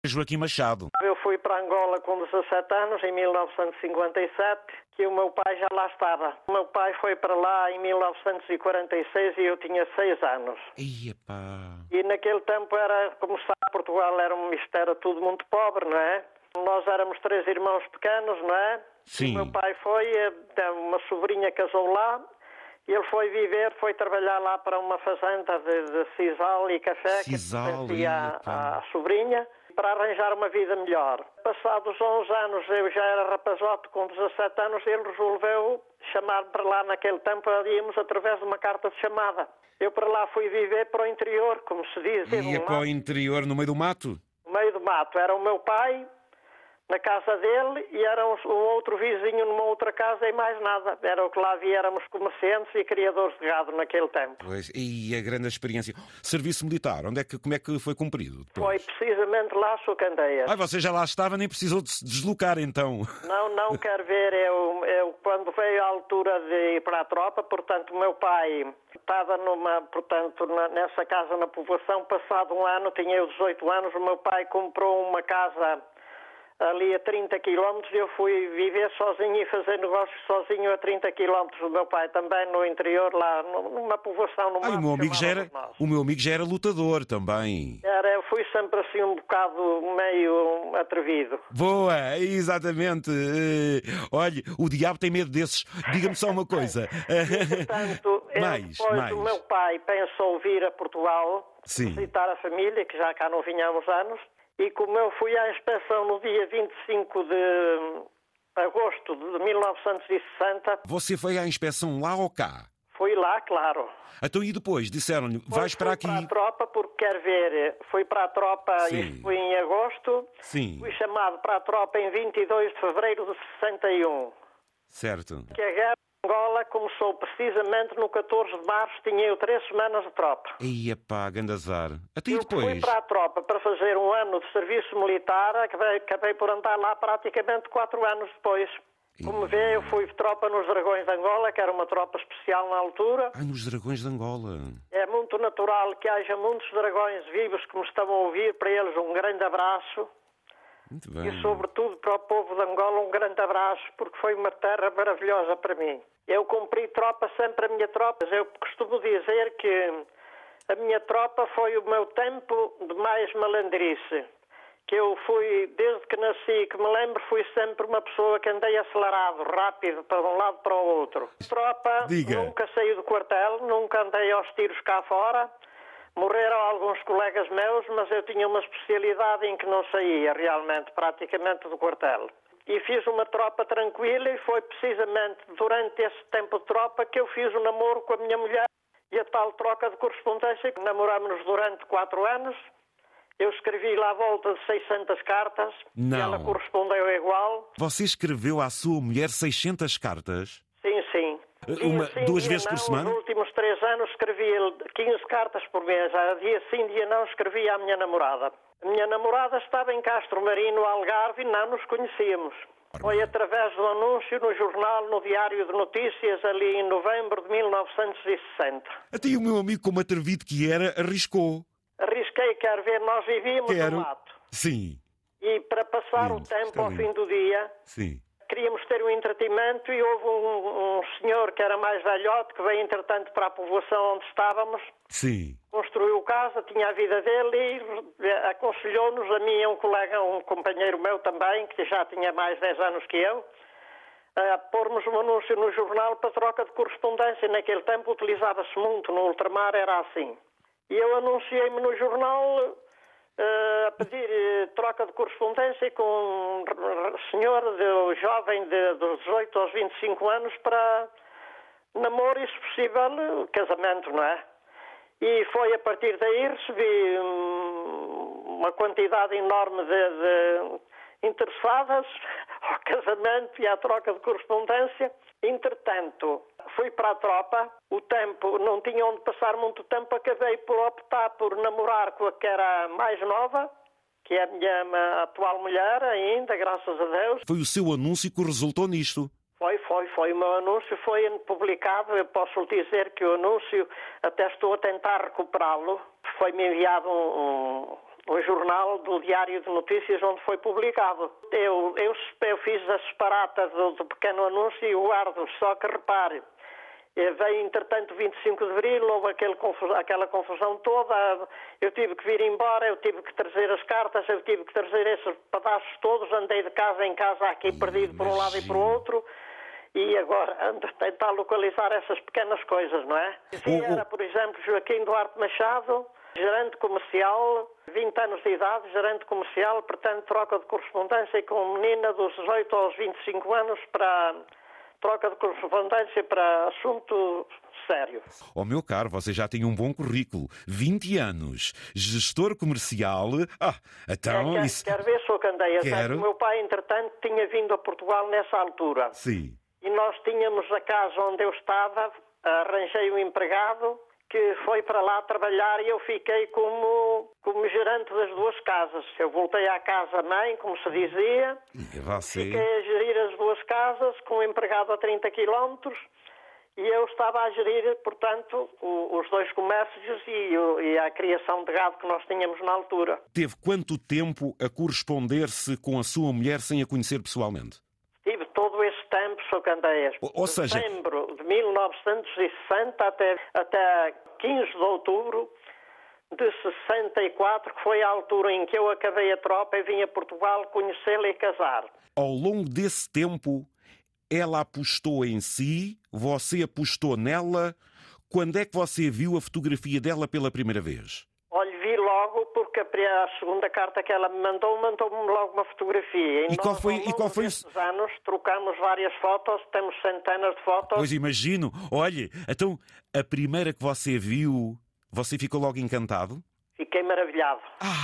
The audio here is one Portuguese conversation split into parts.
Joaquim Machado. Eu fui para Angola com 17 anos, em 1957, que o meu pai já lá estava. O meu pai foi para lá em 1946 e eu tinha 6 anos. E naquele tempo era, como sabe, Portugal era tudo muito pobre, não é? Nós éramos 3 irmãos pequenos, não é? Sim. O meu pai foi, uma sobrinha casou lá, e ele foi trabalhar lá para uma fazenda de sisal e café, que pertencia à sobrinha, para arranjar uma vida melhor. Passados 11 anos, eu já era rapazote com 17 anos, ele resolveu chamar para lá. Naquele tempo íamos através de uma carta de chamada. Eu para lá fui viver para o interior, como se diz. Ia para o interior, no meio do mato? No meio do mato. Era o meu pai na casa dele e era um outro vizinho numa outra casa e mais nada. Era o que lá havia, éramos comerciantes e criadores de gado naquele tempo. Pois, e a grande experiência. Serviço militar, como é que foi cumprido depois? Foi precisamente lá, Sr. Candeias. Você já lá estava, nem precisou de se deslocar então. Não quero ver. Eu quando veio a altura de ir para a tropa, portanto, o meu pai estava nessa casa na povoação, passado um ano, tinha eu 18 anos, o meu pai comprou uma casa ali a 30 quilómetros, eu fui viver sozinho e fazer negócios sozinho a 30 quilómetros do meu pai, também no interior, lá numa povoação no mato. O meu amigo já era lutador também. Eu fui sempre assim um bocado meio atrevido. Boa, exatamente. Olha, o diabo tem medo desses. Diga-me só uma coisa. Portanto, depois o meu pai pensou vir a Portugal, visitar a família, que já cá não vinha há uns anos. E como eu fui à inspeção no dia 25 de agosto de 1960... Você foi à inspeção lá ou cá? Fui lá, claro. Então e depois? Disseram-lhe, vais para aqui... Fui para a tropa, porque quer ver, fui para a tropa, isto foi em agosto. Sim. Fui chamado para a tropa em 22 de fevereiro de 61. Certo. Que a guerra em Angola começou precisamente no 14 de março, tinha eu 3 semanas de tropa. Grande azar. Até depois? Fui para a tropa para fazer um ano de serviço militar, acabei por andar lá praticamente 4 anos depois. Como vê, eu fui de tropa nos Dragões de Angola, que era uma tropa especial na altura. Nos Dragões de Angola. É muito natural que haja muitos dragões vivos que me estão a ouvir, para eles um grande abraço. Muito bem. E sobretudo para o povo de Angola um grande abraço, porque foi uma terra maravilhosa para mim. Eu cumpri tropa, sempre a minha tropa. Eu costumo dizer que a minha tropa foi o meu tempo de mais malandrice. Que eu fui, desde que nasci, que me lembro, fui sempre uma pessoa que andei acelerado, rápido, para um lado para o outro. Tropa, nunca saí do quartel, nunca andei aos tiros cá fora. Morreram alguns colegas meus, mas eu tinha uma especialidade em que não saía realmente, praticamente do quartel. E fiz uma tropa tranquila e foi precisamente durante esse tempo de tropa que eu fiz um namoro com a minha mulher e a tal troca de correspondência. Namorámos-nos durante 4 anos. Eu escrevi lá à volta de 600 cartas e ela correspondeu igual. Você escreveu à sua mulher 600 cartas? Sim. Duas vezes por semana? Nos últimos 3 anos escrevi 15 cartas por mês. Dia sim, dia não, escrevi à minha namorada. A minha namorada estava em Castro Marinho, no Algarve, e não nos conhecíamos. Foi através do anúncio no jornal, no Diário de Notícias, ali em novembro de 1960. Até o meu amigo, como atrevido que era, arriscou. Arrisquei, quer ver, nós vivíamos no mato. Sim. E para passar o tempo ao fim do dia... Sim. Queríamos ter um entretenimento e houve um senhor que era mais velhote, que veio entretanto para a povoação onde estávamos. Sim. Construiu casa, tinha a vida dele e aconselhou-nos, a mim e um colega, um companheiro meu também, que já tinha mais 10 anos que eu, a pormos um anúncio no jornal para troca de correspondência. Naquele tempo utilizava-se muito, no ultramar era assim. E eu anunciei-me no jornal... a pedir troca de correspondência com um senhor jovem dos 18 aos 25 anos para namoro e, se possível, casamento, não é? E foi a partir daí recebi uma quantidade enorme de interessadas ao casamento e à troca de correspondência. Entretanto, fui para a tropa, o tempo, não tinha onde passar muito tempo, acabei por optar por namorar com a que era mais nova, que é a minha atual mulher ainda, graças a Deus. Foi o seu anúncio que resultou nisto? Foi. O meu anúncio foi publicado. Eu posso lhe dizer que o anúncio, até estou a tentar recuperá-lo. Foi-me enviado um jornal do Diário de Notícias onde foi publicado. Eu fiz a separata do pequeno anúncio e o guardo, só que repare, veio entretanto 25 de Abril, houve aquela confusão toda, eu tive que vir embora, eu tive que trazer as cartas, eu tive que trazer esses pedaços todos, andei de casa em casa aqui perdido por um lado e por outro. E agora ando a tentar localizar essas pequenas coisas, não é? Era, por exemplo, Joaquim Duarte Machado, gerente comercial, 20 anos de idade, gerente comercial, pretende troca de correspondência com menina dos 18 aos 25 anos para troca de correspondência para assunto sério. Oh, meu caro, você já tem um bom currículo. 20 anos, gestor comercial. Então... Quero ver, Sr. Candeias. Quero. O meu pai, entretanto, tinha vindo a Portugal nessa altura. Sim. E nós tínhamos a casa onde eu estava, arranjei um empregado que foi para lá trabalhar e eu fiquei como gerente das duas casas. Eu voltei à casa-mãe, como se dizia, fiquei a gerir as duas casas com um empregado a 30 quilómetros e eu estava a gerir, portanto, os dois comércios e a criação de gado que nós tínhamos na altura. Teve quanto tempo a corresponder-se com a sua mulher sem a conhecer pessoalmente? Tive todo esse tempo, Sr. Candeias. Ou seja... De setembro de 1960 até 15 de outubro de 64, que foi a altura em que eu acabei a tropa e vim a Portugal conhecê-la e casar. Ao longo desse tempo, ela apostou em si, você apostou nela. Quando é que você viu a fotografia dela pela primeira vez? Olha, vi logo, porque a segunda carta que ela me mandou-me logo uma fotografia. E qual foi esses anos trocamos várias fotos, temos centenas de fotos. Pois imagino. Olha, então, a primeira que você viu, você ficou logo encantado? Fiquei maravilhado.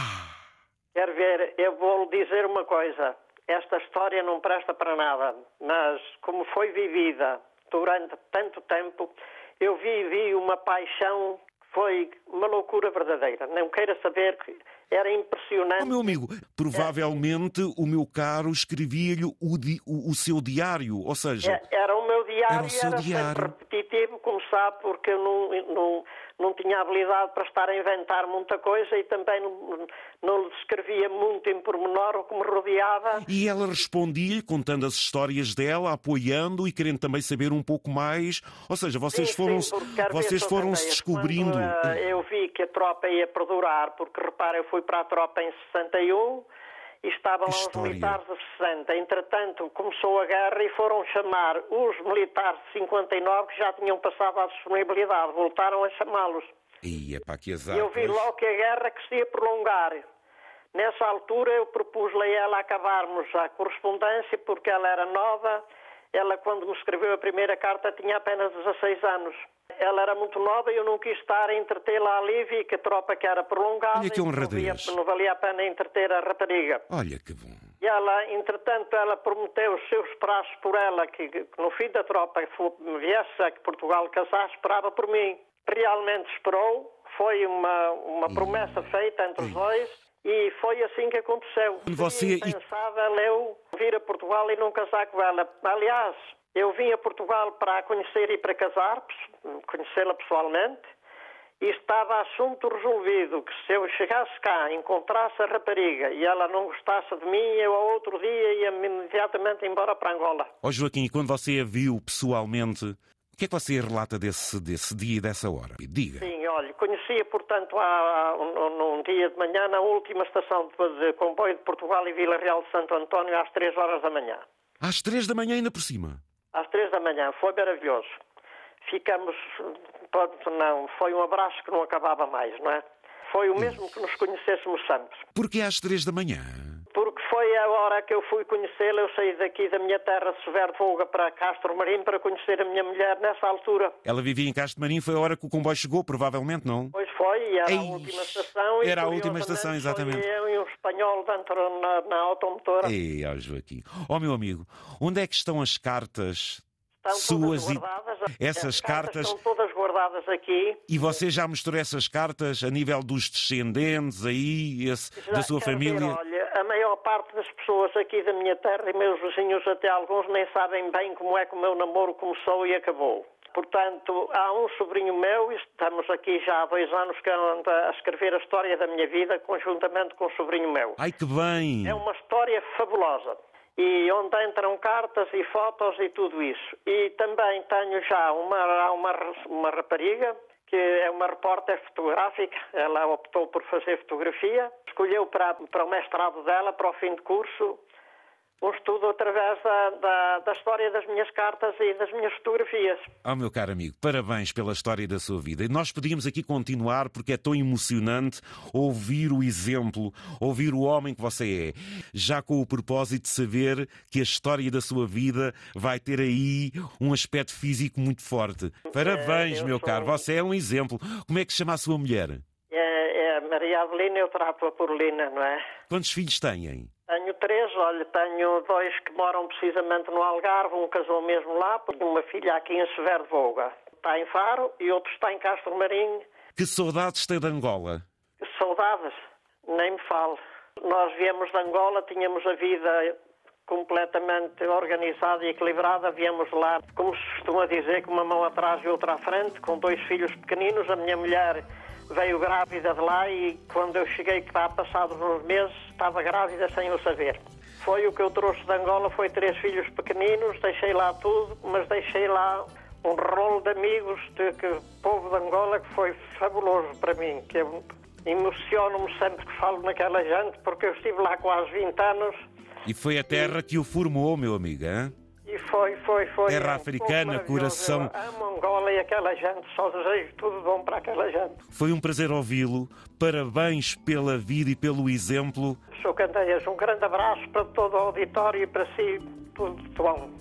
Quer ver, eu vou-lhe dizer uma coisa. Esta história não presta para nada, mas como foi vivida durante tanto tempo, eu vivi uma paixão. Foi uma loucura verdadeira. Não queira saber que era impressionante. Meu amigo, provavelmente o meu caro escrevia-lhe o seu diário, ou seja... Era o meu diário, era o seu diário. Sempre repetitivo, como sabe, porque eu não tinha habilidade para estar a inventar muita coisa e também não lhe descrevia muito em pormenor o que me rodeava. E ela respondia contando as histórias dela, apoiando e querendo também saber um pouco mais. Ou seja, vocês foram-se descobrindo. Quando, eu vi que a tropa ia perdurar, porque repara, eu fui para a tropa em 61 e estavam lá os militares de 60. Entretanto, começou a guerra e foram chamar os militares de 59 que já tinham passado à disponibilidade. Voltaram a chamá-los. E eu vi logo que a guerra que se ia prolongar. Nessa altura eu propus-lhe a ela acabarmos a correspondência porque ela era nova. Ela, quando me escreveu a primeira carta, tinha apenas 16 anos. Ela era muito nova e eu não quis estar a entretê-la ali, vi que a tropa que era prolongada. Olha que honradez. Não valia a pena entreter a rapariga. Olha que bom. E ela, entretanto, ela prometeu os seus prazos por ela, que no fim da tropa viesse a que Portugal casasse, esperava por mim. Realmente esperou, foi uma promessa feita entre os dois. E foi assim que aconteceu. Foi impensável eu vir a Portugal e não casar com ela. Aliás, eu vim a Portugal para a conhecer e para casar, conhecê-la pessoalmente, e estava assunto resolvido, que se eu chegasse cá, encontrasse a rapariga e ela não gostasse de mim, eu ao outro dia ia imediatamente embora para Angola. Joaquim, e quando você a viu pessoalmente, o que é que você relata desse dia e dessa hora? Diga. Sim, olha, conhecia, portanto, num dia de manhã, na última estação de comboio de Portugal e Vila Real de Santo António, às 3 horas da manhã. Às 3 da manhã ainda por cima? Às 3 da manhã, foi maravilhoso. Ficamos, foi um abraço que não acabava mais, não é? Foi o mesmo que nos conhecêssemos sempre. Porquê às 3 da manhã? Porque foi a hora que eu fui conhecê-la. Eu saí daqui da minha terra de Severo de Voga para Castro Marim para conhecer a minha mulher nessa altura. Ela vivia em Castro Marim, foi a hora que o comboio chegou, provavelmente, não? Pois foi, e era a última estação. Era a última estação, exatamente. Foi eu e um espanhol dentro na automotora. Joaquim. Meu amigo, onde é que estão as cartas suas? Estão todas guardadas. Essas cartas estão todas guardadas aqui. E você já mostrou essas cartas a nível dos descendentes aí, da sua família? Dizer, olha, a maior parte das pessoas aqui da minha terra e meus vizinhos, até alguns, nem sabem bem como é que o meu namoro começou e acabou. Portanto, há um sobrinho meu, e estamos aqui já há 2 anos que ando a escrever a história da minha vida conjuntamente com um sobrinho meu. Ai, que bem! É uma história fabulosa. E onde entram cartas e fotos e tudo isso. E também tenho já uma rapariga, que é uma repórter fotográfica. Ela optou por fazer fotografia. Escolheu para o mestrado dela, para o fim de curso, um estudo através da história das minhas cartas e das minhas fotografias. Meu caro amigo, parabéns pela história da sua vida. E nós podíamos aqui continuar porque é tão emocionante ouvir o exemplo, ouvir o homem que você é, já com o propósito de saber que a história da sua vida vai ter aí um aspecto físico muito forte. Parabéns, meu caro, você é um exemplo. Como é que se chama a sua mulher? É Maria Avelina, eu trato-a por Lina, não é? Quantos filhos têm? Tenho 3, olha, tenho 2 que moram precisamente no Algarve, um casou mesmo lá, porque uma filha aqui em Severo de Voga está em Faro e outro está em Castro Marinho. Que saudades tem de Angola? Que saudades, nem me falo. Nós viemos de Angola, tínhamos a vida completamente organizada e equilibrada, viemos lá, como se costuma dizer, com uma mão atrás e outra à frente, com 2 filhos pequeninos. A minha mulher veio grávida de lá e quando eu cheguei, que está passados uns meses, estava grávida sem eu saber. Foi o que eu trouxe de Angola, foi 3 filhos pequeninos, deixei lá tudo, mas deixei lá um rolo de amigos que povo de Angola que foi fabuloso para mim, que eu emociono-me sempre que falo naquela gente, porque eu estive lá quase 20 anos. E foi a terra que o formou, meu amigo, hein? E foi. Terra africana, coração. Eu amo Angola e aquela gente, só desejo tudo bom para aquela gente. Foi um prazer ouvi-lo. Parabéns pela vida e pelo exemplo. Sr. Candeias, um grande abraço para todo o auditório e para si, tudo bom.